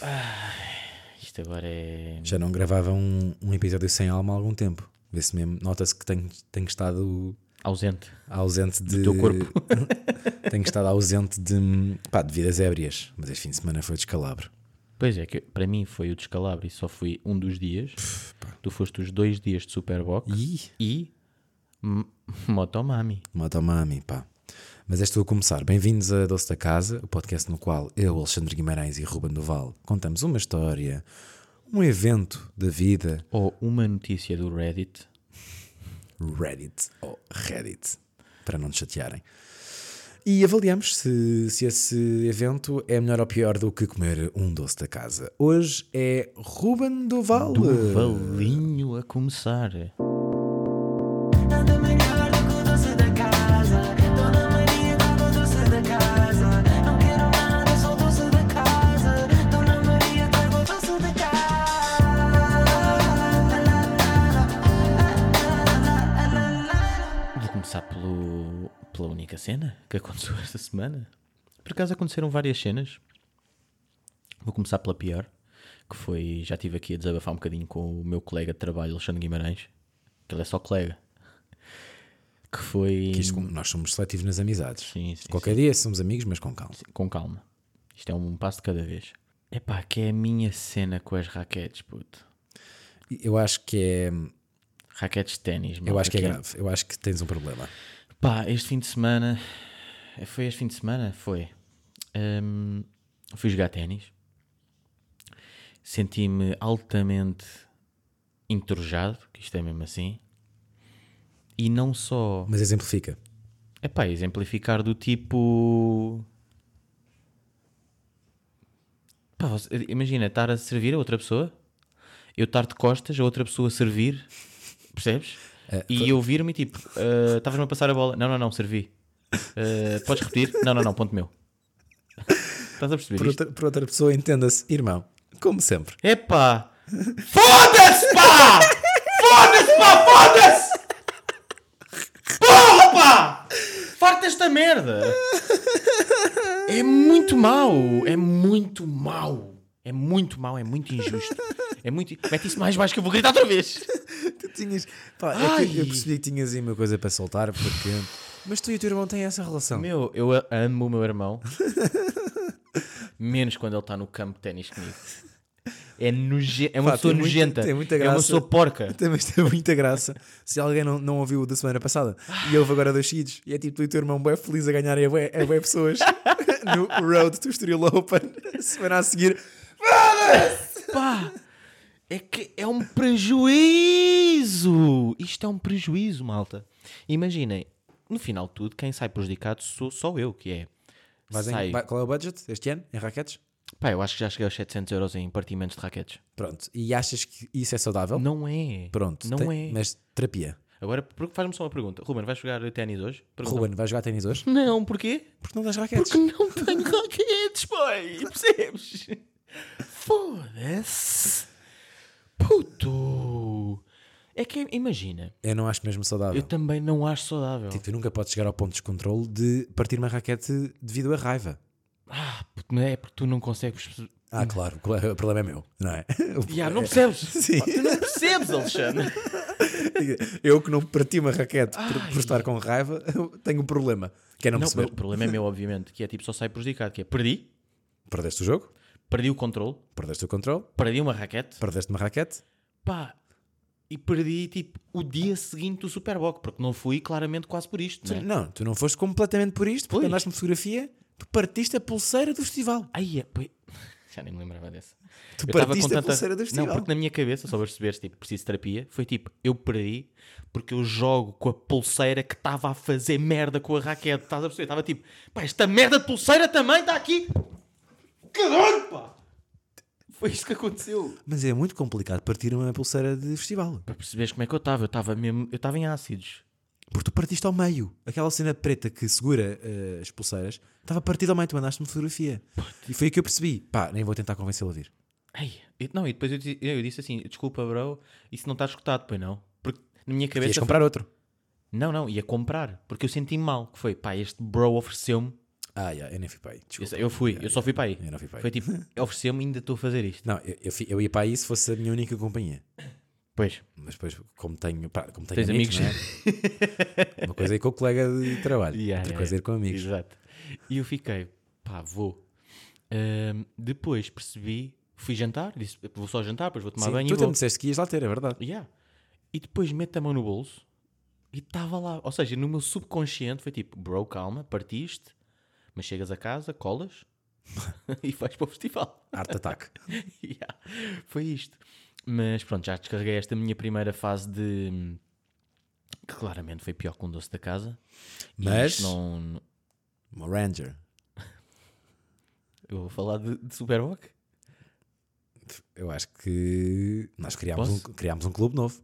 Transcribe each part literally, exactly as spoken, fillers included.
Isto agora é... Já não gravava um, um episódio sem alma há algum tempo. Vê-se mesmo, nota-se que tenho, tenho estado Ausente. ausente de... Do teu corpo. Tenho estado ausente de, pá, de vidas ébrias. Mas este fim de semana foi descalabro. Pois é, que para mim foi o descalabro e só fui um dos dias. Pff, Tu foste os dois dias de Superbox Ih, e m- Motomami. Motomami, pá. Mas estou a começar. Bem-vindos a Doce da Casa, o podcast no qual eu, Alexandre Guimarães e Ruben Duval contamos uma história, um evento da vida, Ou uma notícia do Reddit. Reddit ou Reddit, para não nos chatearem. E avaliamos se, se esse evento é melhor ou pior do que comer um doce da casa. Hoje é Ruben Duval. Do Valinho a começar. Nada melhor do que o doce da casa. Dona Maria dá o doce da casa. Não quero nada, só o doce da casa. Dona Maria dá o doce da casa. Vou começar pelo, pela única cena que aconteceu esta semana. Por acaso aconteceram várias cenas. Vou começar pela pior, que foi, já estive aqui a desabafar um bocadinho com o meu colega de trabalho, Alexandre Guimarães, que ele é só colega. Que foi... Que isto, nós somos seletivos nas amizades. Sim, sim, Qualquer sim. dia somos amigos, mas com calma. Com calma. Isto é um passo de cada vez. Epá, que é a minha cena com as raquetes, puto. Eu acho que é, Raquetes de ténis. eu malta, acho que é grave. Eu acho que tens um problema. Pá, este fim de semana... Foi este fim de semana? Foi. Hum, fui jogar ténis. Senti-me altamente entrojado, que isto é mesmo assim. E não só... Mas exemplifica. Epá, exemplificar do tipo... Pá, você- imagina, estar a servir a outra pessoa, eu estar de costas, a outra pessoa servir, percebes? É, E eu vir-me e tipo, "Ah, estavas-me a passar a bola. Não, não, não, servi. Ah, podes repetir? Não, não, não, ponto meu. Estás a perceber Por isto? outra, por outra pessoa, entenda-se, irmão, como sempre. Epá! Foda-se, pá! Foda-se, pá! Foda-se! Porra, pá! Farta esta merda! É muito mau! É muito mau! É muito mau, é muito injusto. É muito... Mete isso mais baixo que eu vou gritar outra vez! Tu tinhas, pá, é Ai. que eu percebi que tinhas aí uma coisa para soltar, porque. Mas tu e o teu irmão têm essa relação. Meu, eu a- amo o meu irmão. Menos quando ele está no campo de ténis comigo. É, noje... é uma Pá, pessoa tem muita- nojenta. tem muita É uma graça. pessoa porca. Tem, mas tem muita graça. Se alguém não, não ouviu o da semana passada e houve agora dois seguidos, e é tipo tu e o teu irmão bem feliz a ganhar a bué, a bué pessoas no Road to Estoril Open, semana a seguir. Pá, é que é um prejuízo. Isto é um prejuízo, malta. Imaginem, no final de tudo, quem sai prejudicado sou só eu, que é... Vais em- sai... vai- qual é o budget este ano em raquetes? Pá, eu acho que já cheguei aos setecentos euros em partimentos de raquetes. Pronto. E achas que isso é saudável? Não é. Pronto. Não tem- é. Mas terapia. Agora, por- faz-me só uma pergunta. Ruben, vais jogar ténis hoje? Pergunta-me. Ruben, vais jogar ténis hoje? Não, porquê? Porque não das raquetes. Porque não tenho raquetes, pai. Percebes? Foda-se. Puto. É que, imagina, Eu não acho mesmo saudável. eu também não acho saudável. Tipo, tu nunca podes chegar ao ponto de descontrole de partir uma raquete devido à raiva. Ah, puto, não é porque tu não consegues... perce- Ah, claro, o problema é meu, não é? Ya, não percebes? Sim. Tu não percebes, Alexandre. Eu que não parti uma raquete por, Ai. por estar com raiva, eu tenho um problema. Que é não, Não, perceber. o problema é meu, obviamente, que é tipo, só sai prejudicado, que é perdi, Perdeste o jogo, perdi o controle, perdeste o controle, perdi uma raquete, perdeste uma raquete. pá, e perdi, tipo, o dia seguinte do Superboc, porque não fui claramente quase por isto, Tu, não é? não, tu não foste completamente por isto, porque Pois. andaste-me fotografia, tu partiste a pulseira do festival. Ai, é, pois... Já nem me lembrava dessa. Tu Eu tava partiste com a pulseira do festival. Não, porque na minha cabeça, só para perceberes, tipo, preciso de terapia, foi tipo, eu perdi porque eu jogo com a pulseira que estava a fazer merda com a raquete. Estás a perceber? Estava tipo, pá, esta merda de pulseira também está aqui. Caralho, pá! Foi isto que aconteceu. Mas é muito complicado partir uma pulseira de festival. Para perceberes como é que eu estava, eu estava mesmo, eu estava em ácidos. Porque tu partiste ao meio. Aquela cena preta que segura eh, as pulseiras estava partida ao meio. Tu mandaste-me fotografia. E foi aí que eu percebi. Pá, nem vou tentar convencê-lo a vir. Ai, eu- não, e depois eu, disse- eu disse assim, desculpa, bro, isso não está escutado, pois não? Porque na minha cabeça... Ias comprar outro. Não, não, ia comprar, porque eu senti mal, que foi, pá, este bro ofereceu-me Ah, yeah, eu nem fui para aí. Eu, Desculpa. sei, eu fui, Yeah, eu só fui para aí. Eu não fui para aí. Foi tipo, ofereceu-me e ainda estou a fazer isto. Não, eu, eu, fi- eu ia para aí se fosse a minha única companhia. Pois, Mas depois, como tenho, pá, como tenho tens amigos, amigos. não é? Uma coisa é ir com o colega de trabalho, Yeah, outra yeah, coisa é ir com amigos. Exato. E eu fiquei, pá, vou. Ahm, depois percebi, fui jantar, disse, vou só jantar, depois vou tomar Sim, banho tu e até vou. me disseste que ias lá ter, é verdade. Yeah. E depois meto a mão no bolso e estava lá. Ou seja, no meu subconsciente foi tipo, bro, calma, partiste, mas chegas a casa, colas e vais para o festival. Art Attack. Yeah. Foi isto. Mas pronto, já descarreguei esta minha primeira fase de... que claramente foi pior que um doce da casa. E Mas- isto não... não- Uma Ranger. Eu vou falar de, de Superboc. Eu acho que nós criámos um, Posso? criámos um clube novo.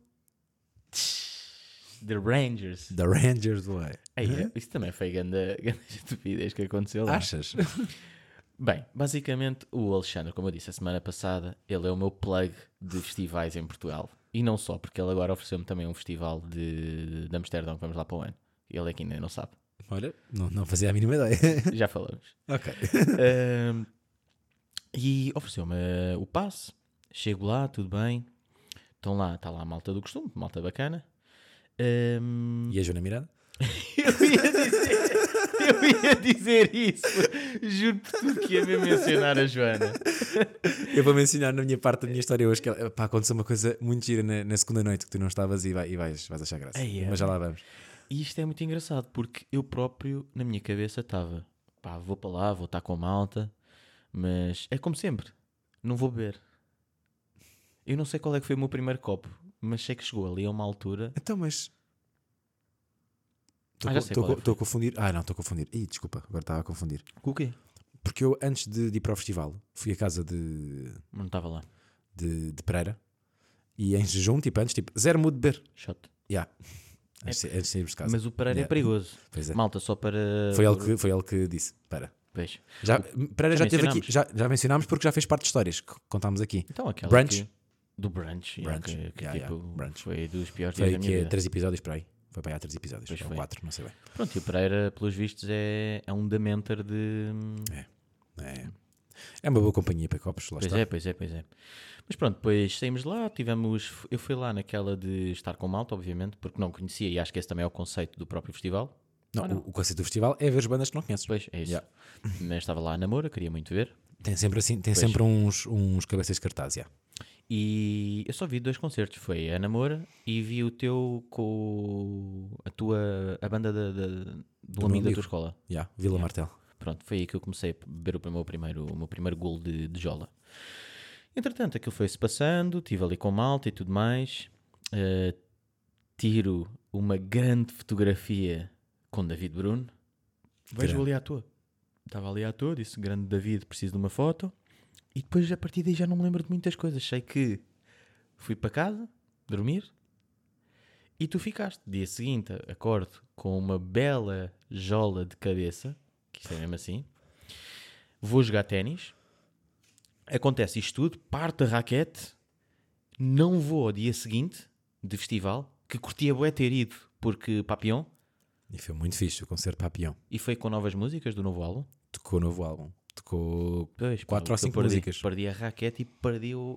The Rangers. The Rangers do Way. Ei, isso também foi grande, grande estupidez que aconteceu lá. Achas? Bem, basicamente o Alexandre, como eu disse a semana passada, ele é o meu plug de festivais em Portugal. E não só, porque ele agora ofereceu-me também um festival de, de Amsterdão que vamos lá para o ano. Ele é que ainda não sabe. Olha, não, não fazia a mínima ideia. Já falamos. Ok. Ahm, e ofereceu-me eh, o passe. Chego lá, tudo bem. Estão lá, está lá a malta do costume, malta bacana. Ahm, E a Joana Miranda? eu, ia dizer, eu ia dizer isso. Juro por tudo que ia mesmo mencionar a Joana. Eu vou mencionar na minha parte da minha história hoje que ela- pá, aconteceu uma coisa muito gira na, na segunda noite que tu não estavas e, vai, e vais, vais achar graça. Ei, é. Mas já lá vamos. E isto é muito engraçado porque eu próprio, na minha cabeça, estava pá, vou para lá, vou estar com a malta, mas é como sempre, não vou beber. Eu não sei qual é que foi o meu primeiro copo, mas sei que chegou ali a uma altura. Então, mas. Estou Ah, já co- sei estou qual é co- que estou a confundir. Ah, não, estou a confundir. Ih, desculpa, agora estava a confundir. O quê? Porque eu, antes de, de ir para o festival, fui à casa de, Não estava lá. de, de Pereira e em jejum, tipo antes, tipo, zero mood de beber. Shot. Yeah. Antes, de- antes de sairmos de casa. Mas o Pereira Yeah. é perigoso. Pois é. Malta, só para. Foi ele que, foi ele que disse. Espera. Pois. Já, Pereira já, já teve aqui, mencionámos. já, já mencionámos porque já fez parte de histórias que contámos aqui. Então aquela Brunch. que- do brunch. yeah, Brunch. que, que, Yeah, tipo, yeah, brunch. foi dos piores Foi dias da aqui minha a vida. três episódios para aí. Foi para aí há três episódios. Pois Ou foi. quatro, não sei bem. Pronto, e o Pereira, pelos vistos, é, é um damenter de. É, é uma boa companhia para copos, lá Pois está. é, pois é, pois é. Mas pronto, depois saímos de lá, tivemos. Eu fui lá naquela de estar com malta, obviamente, porque não conhecia e acho que esse também é o conceito do próprio festival. Não, Ah, não. O, o conceito do festival é ver as bandas que não conheces. Pois, é isso. Yeah. Mas estava lá a namora, queria muito ver. Tem sempre, assim, tem Pois. sempre uns, uns cabeças de cartaz. Yeah. E eu só vi dois concertos. Foi a namora e vi o teu com a tua. a banda da, da- do, meu amigo da amigo. tua escola. Yeah. Vila Martel. Pronto, foi aí que eu comecei a beber o meu primeiro, o meu primeiro golo de, de jola. Entretanto, aquilo foi-se passando, estive ali com malta e tudo mais. Uh, tiro uma grande fotografia com David Bruno. Vejo Grande. ali à toa. Estava ali à toa, disse, grande David, preciso de uma foto. E depois, a partir daí, já não me lembro de muitas coisas. Sei que fui para casa, dormir, e tu ficaste. Dia seguinte, acordo com uma bela jola de cabeça, que isto é mesmo assim. Vou jogar ténis. Acontece isto tudo, parte a raquete. Não vou ao dia seguinte de festival, que curtia bué ter ido, porque Papillon, E foi muito fixe o concerto Papillon. e foi com novas músicas do novo álbum. Tocou o novo álbum. Tocou Pois, quatro pá, ou o que eu cinco perdi, músicas. Perdi a raquete e perdi o,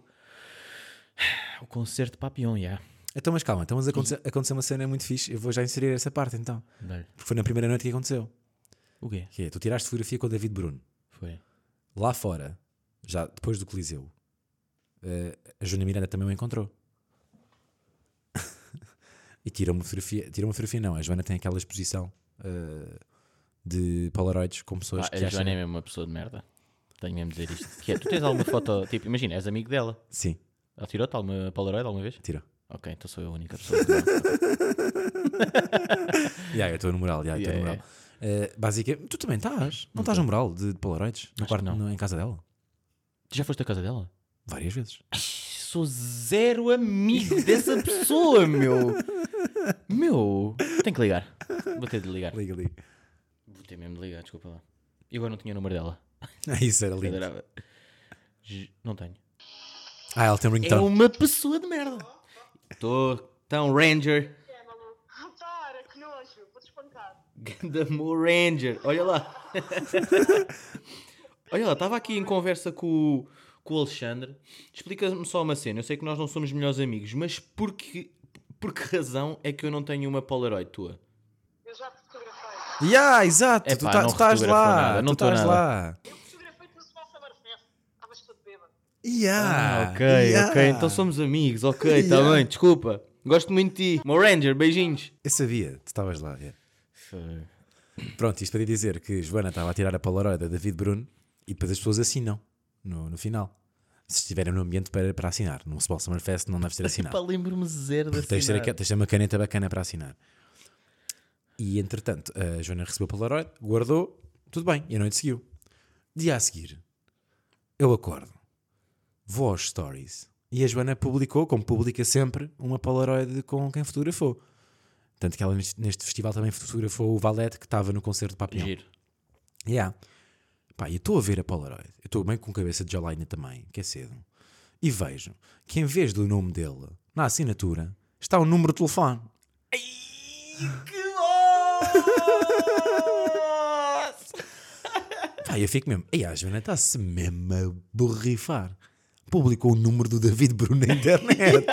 o concerto de Papillon, já. Então, mas calma, então mas aconteceu, aconteceu uma cena muito fixe. Eu vou já inserir essa parte então. Dá-lhe. Porque foi na primeira noite que aconteceu. O quê? Que é, tu tiraste fotografia com o David Bruno. Foi. Lá fora, já depois do Coliseu, eh, a Joana Miranda também o encontrou. E tira uma fotografia. Tira uma fotografia, não. A Joana tem aquela exposição eh, de Polaroids com pessoas Ah, que a acham. Joana é mesmo uma pessoa de merda. Tenho mesmo de dizer isto. Que é, tu tens alguma foto, tipo, imagina, és amigo dela. Sim, Ela tirou-te alguma Polaroid alguma vez? tira. Ok, então sou eu a única pessoa que não. Yeah, eu estou no mural. Yeah, eu estou no Yeah, mural. Eh, basicamente, tu também estás. Não estás no mural de, de Polaroids? No Acho quarto, que não. no- em casa dela? Tu já foste à casa dela? Várias vezes. Sou zero amigo dessa pessoa, meu. Meu, tenho que ligar. Vou ter de ligar. Liga, liga. Vou ter mesmo de ligar, desculpa lá. E agora não tinha o número dela. Ah, isso era lindo. Adorava. J- Não tenho. Ah, ela tem um É ringtone. uma pessoa de merda. Estou tão Ranger. É, maluco. Para, que nojo, vou-te espancar. Ganda Mo Ranger. Olha lá. Olha lá, estava aqui em conversa com, o- com o Alexandre. Explica-me só uma cena. Eu sei que nós não somos melhores amigos, mas por que, por que razão é que eu não tenho uma Polaroid tua? Eu já te fotografei. Yeah, exato, Epá, tu, tá- não tu estás fotografou lá, nada, não tu tô estás nada. lá. Eu fotografei-te no Small Summer Fest. Estavas todo bêbado. Yeah, Ah, ok, yeah. ok. Então somos amigos. Ok, está Yeah. bem, desculpa. Gosto muito de ti. Mo Ranger, beijinhos. Eu sabia, tu estavas lá. Yeah. Pronto, isto para te dizer que Joana estava a tirar a Polaroid a David Bruno e depois as pessoas assinam no, no final. Se estiverem no ambiente para, para assinar. Num Small Summer Fest não deves ter assinado. Para lembro-me zero da Tens de ter, tens de ter uma caneta bacana para assinar. E entretanto, a Joana recebeu a Polaroid, guardou, tudo bem, e a noite seguiu. Dia a seguir, eu acordo, vou aos stories e a Joana publicou, como publica sempre, uma Polaroid com quem fotografou. Tanto que ela neste, neste festival também fotografou o Valete que estava no concerto de Papillon. Giro. Yeah. Pá, e eu estou a ver a Polaroid, eu estou bem com cabeça de Jolaina também, que é cedo, e vejo que em vez do nome dele, na assinatura, está o número de telefone. Que bom! Pá, eu fico mesmo, ei, a Joana está-se mesmo a borrifar. Publicou o número do David Bruno na internet.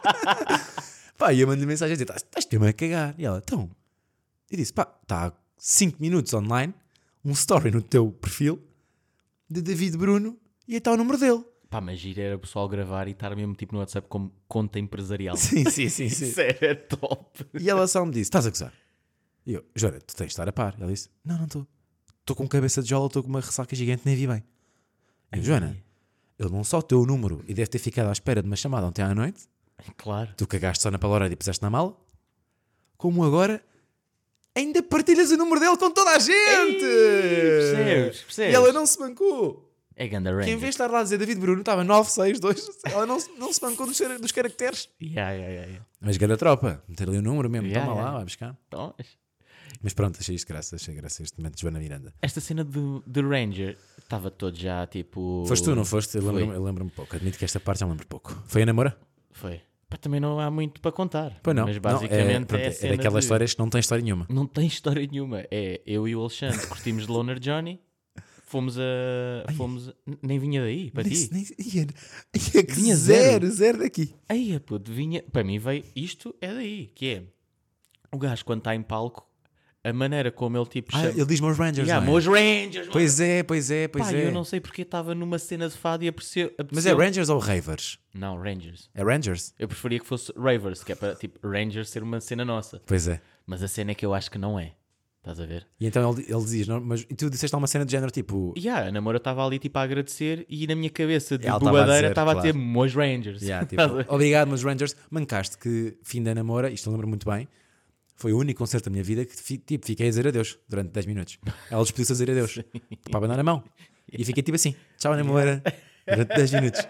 Pá, e eu mando-lhe mensagem a dizer, "Estás- estás mesmo a cagar." E ela, então, eu disse, pá, está há cinco minutos online, um story no teu perfil de David Bruno e aí está o número dele. Pá, mas giro era o pessoal gravar e estar mesmo tipo no WhatsApp como conta empresarial. Sim, sim, sim, sim. Isso era top. E ela só me disse, estás a gozar? E eu, Joana, tu tens de estar a par. Ela disse, não, não estou. Estou com cabeça de jola, estou com uma ressaca gigante, nem vi bem. E eu, Joana, ele não só teu o número e deve ter ficado à espera de uma chamada ontem à noite, Claro. tu cagaste só na Polaroid e puseste na mala, como agora ainda partilhas o número dele com toda a gente. percebes, percebes? E ela não se bancou. É Ganda Que Ranger. em vez de estar lá a dizer David Bruno, estava nove seis dois, ela não, se- não se bancou dos, dos caracteres. Yeah, yeah, yeah, yeah. Mas grande tropa, meter ali o número mesmo, Yeah, toma yeah. lá, vai buscar. Então, Mas pronto, achei isto graça, achei graça este momento de Joana Miranda. esta cena do, do Ranger estava todo já tipo. Foste tu, não foste? Eu Foi. lembro-me eu lembro-me pouco, admito que esta parte já me lembro pouco. Foi a namora? Foi. Pá, também não há muito para contar. Pois não. Mas Não, basicamente é, pronto, é, a é cena daquelas de- histórias que não tem história nenhuma. Não tem história nenhuma. É eu e o Alexandre curtimos de Loner Johnny. Fomos a. Fomos a- Nem vinha daí, para ti. Nem, ia, ia que Vinha zero, zero. zero daqui. Aí, puto, vinha. Para mim veio. Isto é daí. Que é. O gajo, quando está em palco, a maneira como ele tipo. Ah, chama- ele diz-me os Rangers, Yeah, não é? meus Rangers. Pois é, pois é, pois Pá, é. eu não sei porque estava numa cena de fado e apeteceu. Mas é apeteceu- Rangers ou Ravers? Não, Rangers. É Rangers? Eu preferia que fosse Ravers, que é para tipo Rangers ser uma cena nossa. Pois é. Mas a cena é que eu acho que não é. Estás a ver? E então ele, ele diz, não, mas e tu disseste uma cena de género tipo. E yeah, a namora estava ali tipo a agradecer e na minha cabeça de Ela tava a bobadeira dizer, estava a, ter claro. meus Rangers. Yeah, tipo, Estás a ver? obrigado, meus Rangers. Mancaste que fim da namora, isto eu lembro muito bem. Foi o único concerto da minha vida que fi- tipo, fiquei a dizer adeus durante dez minutos. Ela despediu-se a dizer adeus para abanar a mão. E fiquei tipo assim, tchau, namora, durante dez minutos.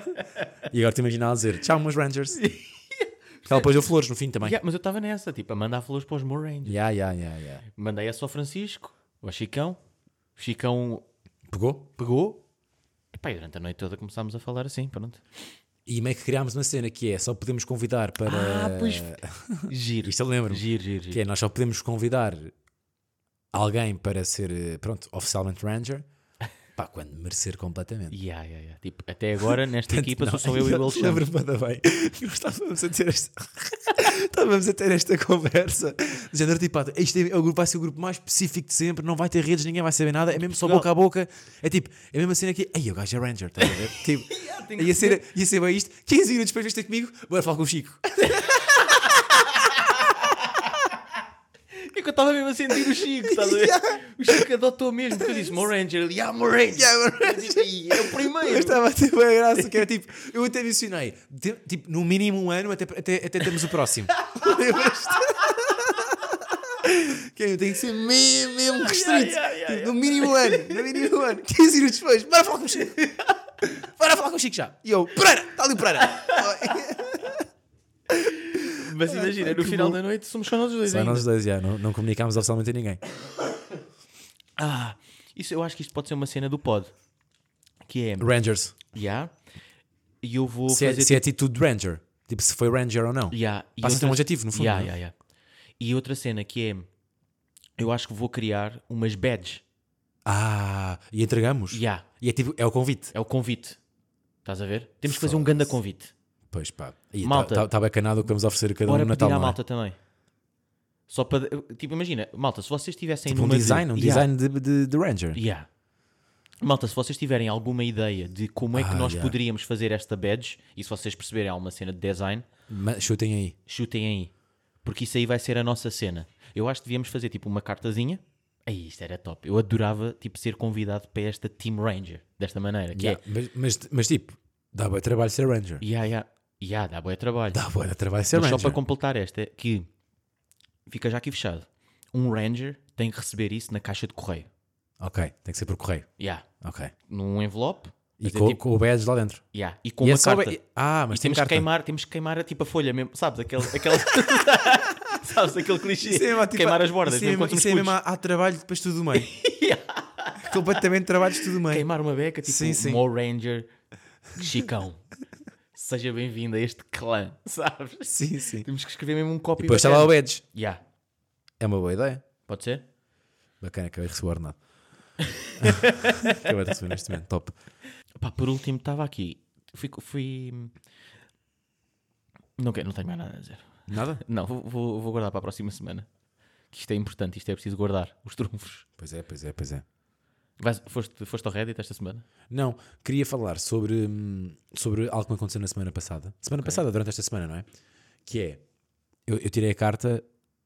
E agora te imaginas ela dizer, tchau, meus Rangers. Porque ela depois deu flores no fim também. Yeah, mas eu estava nessa, tipo, a mandar flores para os meus Rangers. Yeah, yeah, yeah, yeah. Mandei essa ao Francisco, ao Chicão. O Chicão Pegou? pegou. E pá, e durante a noite toda começámos a falar assim, pronto. E meio que criámos uma cena que é só podemos convidar para. Ah, pois. Giro. Isto eu lembro. Giro, giro, Que giro. é, nós só podemos convidar alguém para ser, eh, pronto, oficialmente Ranger, pá, quando merecer completamente. Yeah, yeah, yeah. Tipo, até agora, nesta Tanto equipa, não, sou só eu e o Alexandre. Lembro-me bem, bem. Nós estávamos a ter esta. Estávamos a ter esta conversa. De género, tipo, pá, isto é, o grupo vai ser o grupo mais específico de sempre, não vai ter redes, ninguém vai saber nada, é mesmo só boca a boca. É tipo, é mesmo a cena aqui, aí o gajo é Ranger, estás a ver? Tipo, tem que ia, ser, ia ser bem isto, quinze minutos depois veste comigo, bora falar com o Chico. É que eu estava mesmo a sentir o Chico, estás a ver? O Chico adotou mesmo, porque eu disse, Mo Ranger, ele, yeah, Mo Ranger. Yeah, Mo Eu disse, "Ih, é o Eu primeiro. estava a ter bem graça, que era tipo, eu até mencionei, de- tipo, no mínimo um ano até, até, até temos o próximo. Lembras-te? Que eu tenho que ser mesmo, mesmo restrito. yeah, yeah, Tipo, yeah. No mínimo um ano, no mínimo um ano. quinze minutos depois, bora falar com o Chico. Bora falar com o Chico já. E eu, Pereira, está ali o Pereira. Mas imagina, no que final bom. da noite somos só nós dois Só ainda. nós dois, já, não, não comunicámos oficialmente a ninguém. Ah, isso, eu acho que isto pode ser uma cena do pod. Que é, Rangers. yeah, e eu vou Se é, fazer... se é atitude de Ranger. Tipo, se foi Ranger ou não. Yeah, e Passa a ter um outra- adjetivo, no fundo. Yeah, não é? yeah, yeah. E outra cena que é, eu acho que vou criar umas badges. Ah, e entregamos? Yeah, E é tipo, é o convite. é o convite. Estás a ver? Temos que fazer um ganda convite. Pois pá. Malta. Está bacanado o que vamos oferecer a cada um Bora no pedir Natal, à não é? malta também. Só para... Tipo, imagina, malta, se vocês tivessem... Tipo um numa design, um de... Yeah, design de, de, de Ranger. yeah. Malta, se vocês tiverem alguma ideia de como é que Ah, nós yeah. poderíamos fazer esta badge, e se vocês perceberem alguma cena de design, Mas chutem aí. chutem aí. Porque isso aí vai ser a nossa cena. Eu acho que devíamos fazer tipo uma cartazinha. Aí, isto era top. Eu adorava tipo ser convidado para esta Team Ranger. Desta maneira. Que Yeah, mas, mas, mas tipo, dá bem trabalho ser Ranger. é... Yeah, yeah. Yeah, dá bom trabalho. Dá bem trabalho ser Mas só Ranger. para completar esta, que fica já aqui fechado. Um Ranger tem que receber isso na caixa de correio. Ok, tem que ser por correio. Yeah. Ok. Num envelope. E mas é com, tipo- com o badge lá dentro. yeah, e com E é uma só carta. ba- Ah, mas E tem temos que carta. queimar, temos que queimar tipo a folha mesmo, sabes? Aquele, aquele... sabes? Aquele clichê. Isso é mesmo, tipo, queimar as bordas. Isso é mesmo mesmo, quando isso é somos mesmo putos. há, há trabalho depois tudo do meio. Completamente trabalho de tudo do meio. Queimar uma beca, tipo Sim, sim. Mo Ranger Chicão. Seja bem-vindo a este clã, sabes? Sim, sim. Temos que escrever mesmo um copy. E depois está lá o bacana. badge. Yeah. É uma boa ideia. Pode ser? Bacana, acabei de receber o ordenado. Acabei de receber neste momento. Top. Pá, por último, estava aqui. Fui. fui... Não, quero, não tenho mais nada a dizer. Nada? Não, vou, vou, vou guardar para a próxima semana. Que isto é importante, isto é preciso guardar. Os trunfos. Pois é, pois é, pois é. Vais, foste, foste ao Reddit esta semana? Não, queria falar sobre, hum, sobre algo que me aconteceu na semana passada. Semana passada, durante esta semana, não é? Que é, eu, eu tirei a carta...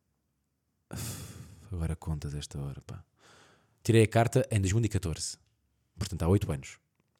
Uf, agora contas esta hora, pá. Tirei a carta em dois mil e catorze. Portanto, há oito anos.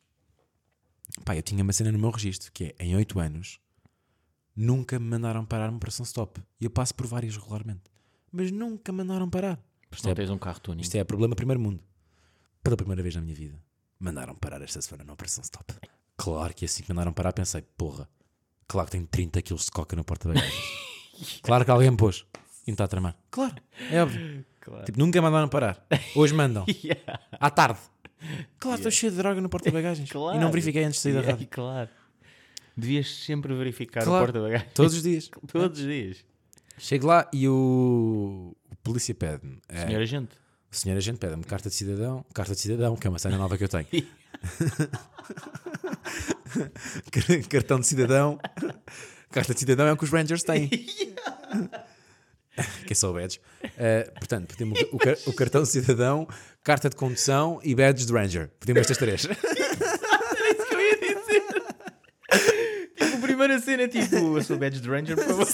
Pá, eu tinha uma cena no meu registro, que é, em oito anos, nunca me mandaram parar uma operação stop. E eu passo por várias regularmente. Mas nunca me mandaram parar. Porque Isto não é, tens um carro tuning. isto é problema primeiro mundo. Pela primeira vez na minha vida, mandaram parar esta semana na operação stop. Claro que assim que mandaram parar, pensei, porra, claro que tenho trinta quilos de coca na porta-bagagens. Claro que alguém me pôs e me está a tramar. Claro, é óbvio. Claro. Tipo, nunca mandaram parar. Hoje mandam. Yeah. À tarde. Claro, estou cheio de droga no porta-bagagens. Claro. E não verifiquei antes de sair da Yeah, rádio. claro. Devias sempre verificar Claro. o porta-bagagens. Todos os dias. Todos os dias. Chego lá e o, o polícia pede-me. é, Senhor agente. O senhor agente pede-me carta de cidadão. Carta de cidadão, que é uma cena nova que eu tenho. Car- Cartão de cidadão. Carta de cidadão é o que os Rangers têm. Que é só o badge. Uh, portanto, pedimos o, car- o cartão de cidadão, carta de condução e badge de Ranger. Pedimos estas três. Isso que eu ia dizer. Tipo, a primeira cena é tipo, eu sou badge de Ranger, por favor.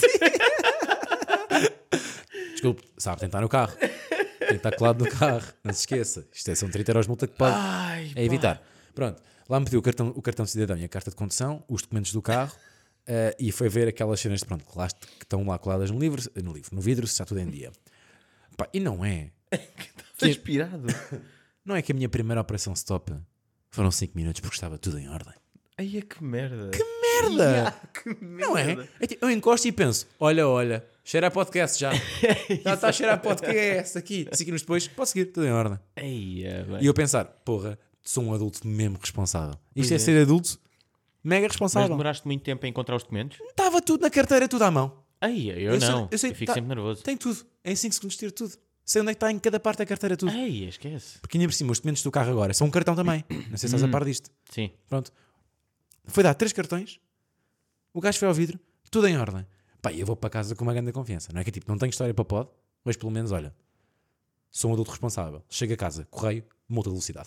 Desculpe, sabe, tem que estar no carro. Tem que estar colado no carro. Não se esqueça. Isto é, são trinta euros de multa que pode Ai, é evitar. Pronto, lá me pediu o cartão, o cartão de cidadão e a carta de condução, os documentos do carro. Uh, e foi ver aquelas cenas de, pronto, que, lá, est- que estão lá coladas no livro, no livro, no vidro, se está tudo em dia. Pá, e não é. Estou inspirado. Não é que a minha primeira operação stop foram cinco minutos porque estava tudo em ordem. Ai, que merda. Que merda! Yeah, que merda. Não é? É tipo, eu encosto e penso: olha, olha, cheira a podcast já. Já está a cheirar a podcast aqui. Cinco minutos depois, pode seguir, tudo em ordem. Ai, é, bem. E eu pensar: porra, sou um adulto mesmo responsável. Isto Pois é, é. ser adulto mega Mas responsável. demoraste muito tempo a encontrar os documentos? Estava tudo na carteira, tudo à mão. Ai, eu, Eu sei- não. eu sei, fico tá- sempre nervoso. Tem tudo. Em cinco segundos tiro tudo. Sei onde é que está em cada parte da carteira tudo. Ai, esquece. Porque ainda por cima os documentos do carro agora são um cartão também. Não sei se estás a par disto. Sim. Pronto. Foi dar três cartões. O gajo foi ao vidro. Tudo em ordem. Pá, e eu vou para casa com uma grande confiança. Não é que tipo, não tenho história para pod, mas pelo menos, olha, sou um adulto responsável. Chego a casa, correio, multa de velocidade.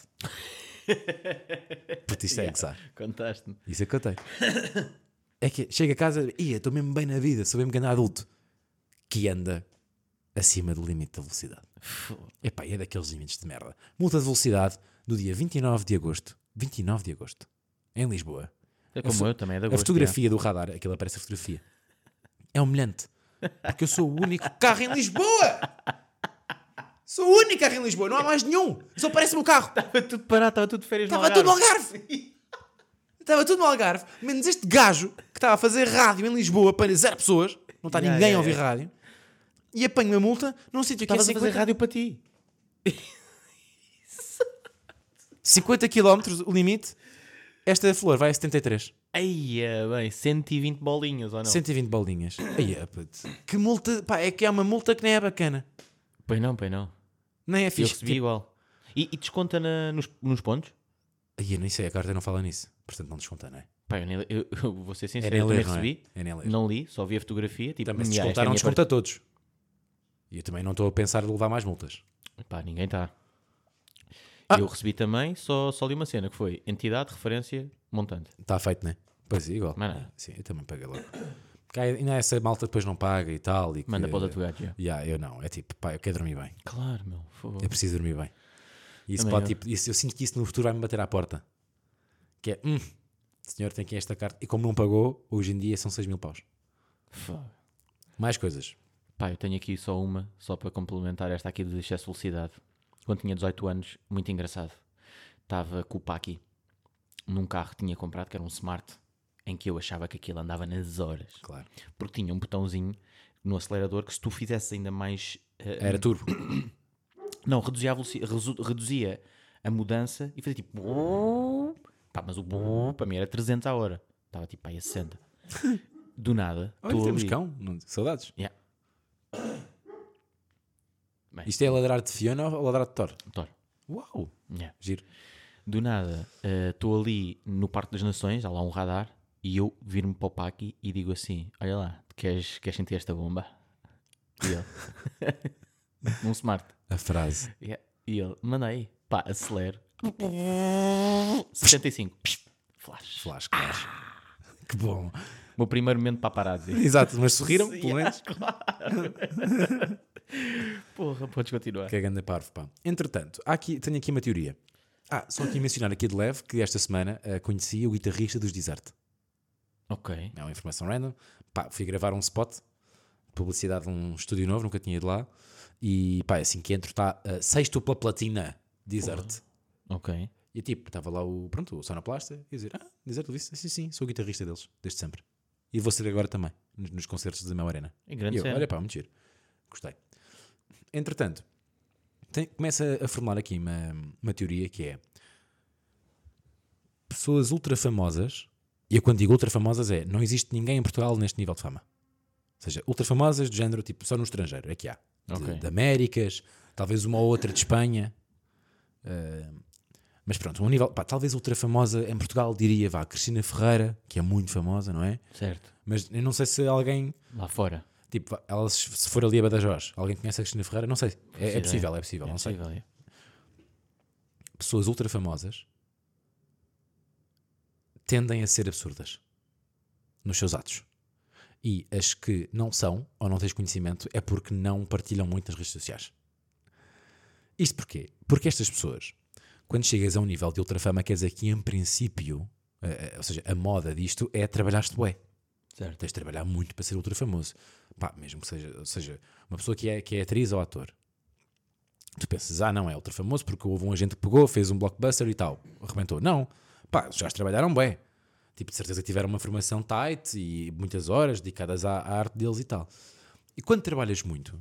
Porque isto é que sabe. Contaste-me. Isso é que eu tenho. É que chego a casa, ia, estou mesmo bem na vida, sou mesmo grande adulto que anda acima do limite da velocidade. Epá, é daqueles limites de merda. Multa de velocidade do dia vinte e nove de agosto. vinte e nove de agosto. Em Lisboa. É como fo- eu também, é da A fotografia do radar, aquilo aparece a fotografia. É humilhante. Porque eu sou o único carro em Lisboa! Sou o único carro em Lisboa, não há mais nenhum! Só parece o meu carro! Estava tudo parado, estava tudo de férias Estava tudo no Algarve! Estava tudo no Algarve, menos este gajo que estava a fazer rádio em Lisboa para zero pessoas, não está Yeah, ninguém yeah, a ouvir yeah. rádio, e apanho uma multa num sítio que é Estavas a fazer cinquenta, rádio para ti. cinquenta quilómetros o limite. Esta flor vai a setenta e três. Ai, é bem, cento e vinte bolinhas ou não? cento e vinte bolinhas. Ai, é, puto. Que multa, pá, é que é uma multa que nem é bacana. Pois não, pois não. Nem é Eu fixe. recebi igual. E, e desconta na- nos, nos pontos? Ai, eu nem sei, a carta não fala nisso. Portanto, não desconta, não é? Pá, eu, nem- eu- eu vou ser É sincero, nem eu também ler, não é? recebi, É nem ler. não li, só vi a fotografia. Tipo, Também se "Ya, esta é a descontaram, minha desconta a todos. E eu também não estou a pensar em levar mais multas. parte." Pá, ninguém está. Ah. Eu recebi também, só, só li uma cena que foi entidade, referência, montante. Está feito, não é? Pois é, igual. Mas nada. Sim, eu também paguei logo. Porque aí, ainda essa malta depois não paga e tal. E que, Manda para os advogados, já. Yeah, eu não. É tipo, pá, eu quero dormir bem. Claro, meu. fogo. Eu preciso dormir bem. E isso Também pode, eu. tipo, isso, eu sinto que isso no futuro vai-me bater à porta. Que é, hum, o senhor tem aqui esta carta. E como não pagou, hoje em dia são seis mil paus. Fogo. Mais coisas. Pá, eu tenho aqui só uma, só para complementar esta aqui do excesso de velocidade. Quando tinha dezoito anos, muito engraçado. Estava com o Paqui num carro que tinha comprado, que era um Smart, em que eu achava que aquilo andava nas horas. Claro. Porque tinha um botãozinho no acelerador que se tu fizesse ainda mais... eh, Era turbo. Não, reduzia a, veloci- resu- reduzia a mudança e fazia tipo... Pá, mas o bom para mim era trezentos a hora. Estava tipo aí a sessenta. Do nada. Olha, tô temos ali. cão. Não- Saudades. Yeah. Bem, Isto é ladrar de Fiona ou ladrar de Thor? Thor. Uau. Yeah. Giro. Do nada, estou ali no Parque das Nações, há lá um radar, e eu viro-me para o Paqui e digo assim: olha lá, queres, queres sentir esta bomba? E ele, num Smart. A frase. Yeah. E ele, manda aí, pá, acelero. sessenta e cinco. Flash. Flash, flash. Que bom. O meu primeiro momento para parar de dizer. Exato, mas sorriram, pelo menos. Porra, podes continuar. Que é grande parvo, pá. Entretanto, há aqui, tenho aqui uma teoria. Ah, só aqui mencionar aqui de leve que esta semana uh, conheci o guitarrista dos Desert. Ok. É uma informação random. Pá, fui gravar um spot, publicidade de um estúdio novo, nunca tinha ido lá. E pá, assim que entro está uh, sexto pela platina Desert. Ok. E tipo, estava lá o, pronto, o sonoplasta e dizer, ah, Desert, eu disse, sim, sim, sou o guitarrista deles, desde sempre. E vou ser agora também, nos, nos concertos da Mel Arena. É grande E eu, cena. olha pá, muito giro. Gostei. Entretanto, tem, começa a formular aqui uma, uma teoria que é pessoas ultra famosas, e eu quando digo ultra famosas é, não existe ninguém em Portugal neste nível de fama. Ou seja, ultra famosas do género, tipo, só no estrangeiro, é que há. De, Ok. de Américas, talvez uma ou outra de Espanha. Uh, mas pronto, um nível, pá, talvez ultra famosa em Portugal, diria, vá, Cristina Ferreira, que é muito famosa, não é? Certo. Mas eu não sei se alguém, Lá fora. tipo, ela se se for ali a Badajoz, alguém conhece a Cristina Ferreira? Não sei. É, é possível, é possível, É não sei. possível, é. Pessoas ultra famosas tendem a ser absurdas nos seus atos. E as que não são, ou não tens conhecimento, é porque não partilham muito nas redes sociais. Isto porquê? Porque estas pessoas, quando chegas a um nível de ultrafama, quer dizer que em princípio, eh, eh, ou seja, a moda disto é trabalhar-te bué. Certo. Tens de trabalhar muito para ser ultra famoso. Pá, mesmo que seja, ou seja, uma pessoa que é, que é atriz ou ator. Tu pensas, ah não, é ultra famoso porque houve um agente que pegou, fez um blockbuster e tal, arrebentou. Não, pá, já trabalharam bem. Tipo, de certeza que tiveram uma formação tight e muitas horas dedicadas à, à arte deles e tal. E quando trabalhas muito,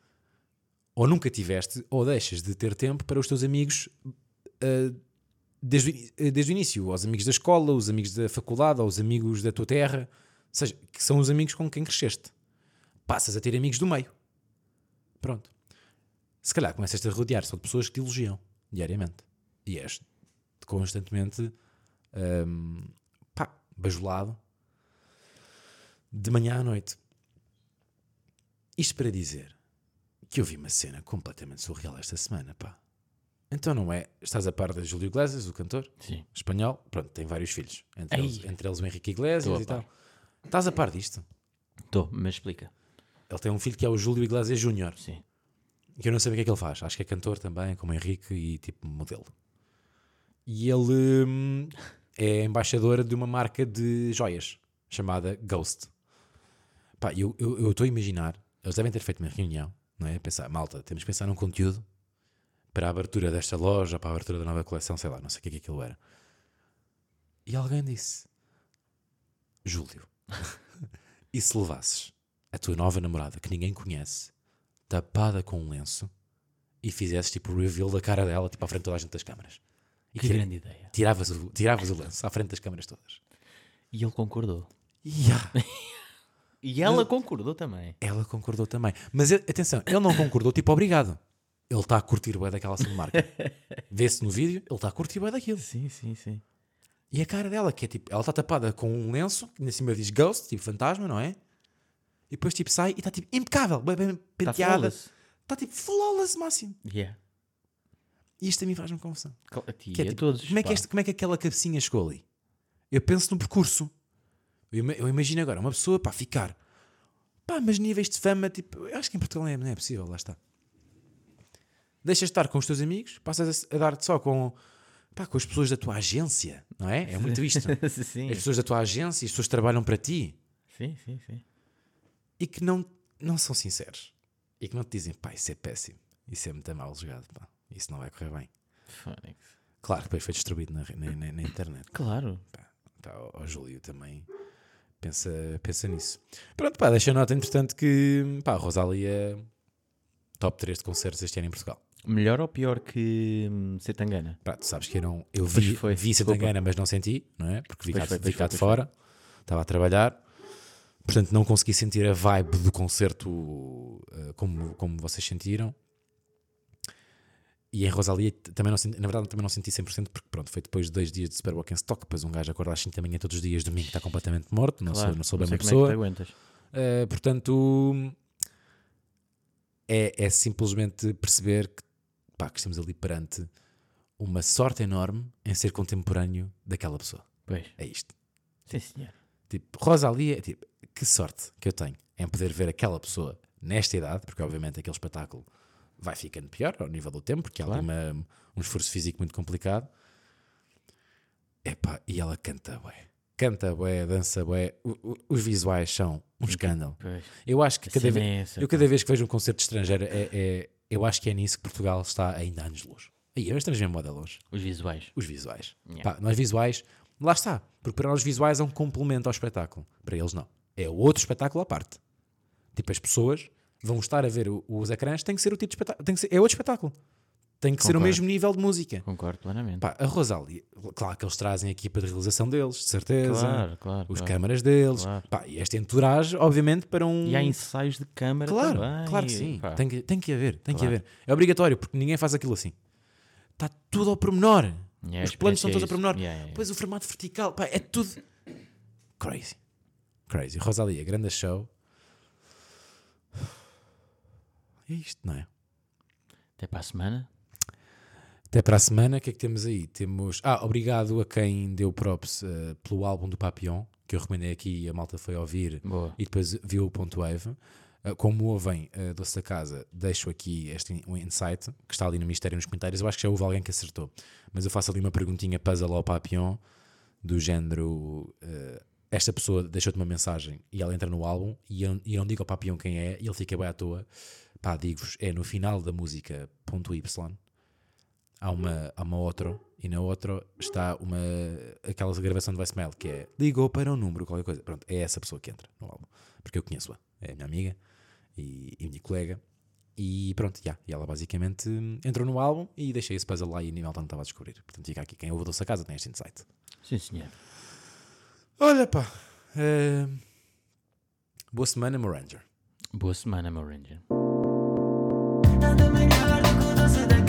ou nunca tiveste, ou deixas de ter tempo para os teus amigos uh, desde, o ini- desde o início, aos amigos da escola, os amigos da faculdade, aos amigos da tua terra, ou seja, que são os amigos com quem cresceste. Passas a ter amigos do meio. Pronto. Se calhar começas a rodear só de pessoas que te elogiam diariamente. E és constantemente hum, pá, bajulado de manhã à noite. Isto para dizer que eu vi uma cena completamente surreal esta semana, pá. Então não é? Estás a par de Júlio Iglesias, o cantor Sim. espanhol? Pronto, tem vários filhos. Entre, Ei. eles, entre eles o Henrique Iglesias Estou a e par. tal. Estás a par disto? Estou, mas explica. Ele tem um filho que é o Júlio Iglesias Júnior. Sim. Que eu não sei bem o que é que ele faz. Acho que é cantor também, como Henrique e tipo modelo. E ele hum, é embaixador de uma marca de joias chamada Ghost. Pá, eu eu estou a imaginar, eles devem ter feito uma reunião, não é? Pensar, malta, temos que pensar num conteúdo para a abertura desta loja, para a abertura da nova coleção, sei lá, não sei o que é que aquilo era. E alguém disse: Júlio, e se levasses a tua nova namorada, que ninguém conhece, tapada com um lenço, e fizesses tipo o reveal da cara dela, tipo à frente de toda a gente das câmaras? E Que tira- grande ideia. tiravas, o, tiravas o lenço à frente das câmaras todas. E ele concordou. Yeah. E ela concordou também. Ela concordou também. Mas ele- atenção, ele não concordou tipo obrigado. ele está a curtir bué daquela ação de marca. Vê-se no vídeo, ele está a curtir bué daquilo. Sim, sim, sim. E a cara dela, que é tipo, ela está tapada com um lenço, que em cima diz Ghost, tipo fantasma, não é? E depois tipo sai e está tipo impecável, bem, bem Está penteada. flawless. Está tipo flawless máximo. Yeah. E isto a mim faz-me confusão. A ti Que é, e a tipo, todos. como, é que pá. este, como é que aquela cabecinha chegou ali? Eu penso no percurso. Eu, ima- eu imagino agora uma pessoa, pá, ficar. Pá, mas níveis de fama, tipo, eu acho que em Portugal não é, não é possível, lá está. Deixas de estar com os teus amigos, passas a, a dar-te só com, pá, com as pessoas da tua agência, não é? É muito isto. sim. As pessoas da tua agência, as pessoas que trabalham para ti sim, sim, sim. e que não, não são sinceros. E que não te dizem, pá, isso é péssimo, isso é muito mal jogado, pá, isso não vai correr bem. Fónix. Claro que depois foi distribuído na, na, na- na internet. Claro. Pá, pá, o, o Júlio também pensa, pensa nisso. Pronto, pá, deixa a nota, entretanto, que pá, a Rosalia top três de concertos este ano em Portugal. Melhor ou pior que hum, Setangana? Pá, tu sabes que eu não. Eu Pois vi, foi, vi desculpa. Setangana, mas não senti, não é? Porque vi Pois cá, foi, vi pois cá foi, de pois fora, estava a trabalhar, portanto não consegui sentir a vibe do concerto uh, como, como vocês sentiram. E em Rosalia t- também não senti, na verdade também não senti cem por cento, porque pronto, foi depois de dois dias de Super Walk and Stock, depois um gajo acorda às cinco da manhã todos os dias, domingo está completamente morto, não Claro, sou, não sou bem sei uma como pessoa. É que te aguentas. Uh, portanto, é, é simplesmente perceber que, pá, que estamos ali perante uma sorte enorme em ser contemporâneo daquela pessoa. Pois. É isto. Sim, senhor. Tipo, Rosalia, tipo, que sorte que eu tenho em poder ver aquela pessoa nesta idade, porque obviamente aquele espetáculo vai ficando pior ao nível do tempo, porque há ali uma- um esforço físico muito complicado. Epá, e ela canta bué. Canta bué, dança bué. O- o- Os visuais são um escândalo. Pois. Eu acho que A cada cena vez, é essa, eu cada vez que vejo um concerto estrangeiro, é, é- eu acho que é nisso que Portugal está ainda anos de luz. Aí, eu estamos mesmo moda longe. Os visuais. Os visuais. Yeah. Pá, nós visuais, lá está. Porque para nós os visuais é um complemento ao espetáculo. Para eles não. É outro espetáculo à parte. Tipo, as pessoas vão estar a ver o- os ecrãs, tem que ser o tipo de espetáculo. Tem que ser, é outro espetáculo. Tem que ser o Concordo. mesmo nível de música. Concordo plenamente. Pá, a Rosalia, claro que eles trazem a equipa de realização deles, de certeza. Claro, claro. Os claro. câmaras deles. Claro. Pá, e esta entourage, obviamente, para um. E há ensaios de câmara Claro, também. claro que sim. Pá. Tem que, tem que haver, tem que Claro. haver. É obrigatório, porque ninguém faz aquilo assim. Está tudo ao pormenor. Yeah, a Os planos estão experiência é todos ao isso. pormenor. Yeah, yeah, Depois o formato vertical, pá, é tudo crazy. Crazy. Rosalia, grande show. É isto, não é? Até para a semana. Até para a semana, o que é que temos aí? Temos. Ah, obrigado a quem deu props eh, pelo álbum do Papillon, que eu recomendei aqui e a malta foi ouvir Boa. e depois viu o ponto wave. Uh, como ouvem uh, Doce da Casa, deixo aqui este in- um insight que está ali no mistério nos comentários. Eu acho que já houve alguém que acertou, mas eu faço ali uma perguntinha puzzle ao Papillon, do género: uh, esta pessoa deixou-te uma mensagem e ela entra no álbum e eu, e eu não digo ao Papillon quem é e ele fica bem à toa. Pá, digo-vos, é no final da música ponto Y, há uma, há uma outro, e na outra está uma, aquela gravação de voicemail que é: ligou para um número, qualquer coisa. Pronto, é essa pessoa que entra no álbum, porque eu conheço-a, é a minha amiga e, e minha colega, e pronto, já, e ela basicamente hum, entrou no álbum e deixei esse puzzle lá e a malta não estava a descobrir. Portanto, fica aqui, quem ouve Doce a Casa tem este insight. Sim, senhor. Olha pá, eh, boa semana, meu Ranger. Boa semana, meu Ranger. Nada melhor do que o doce da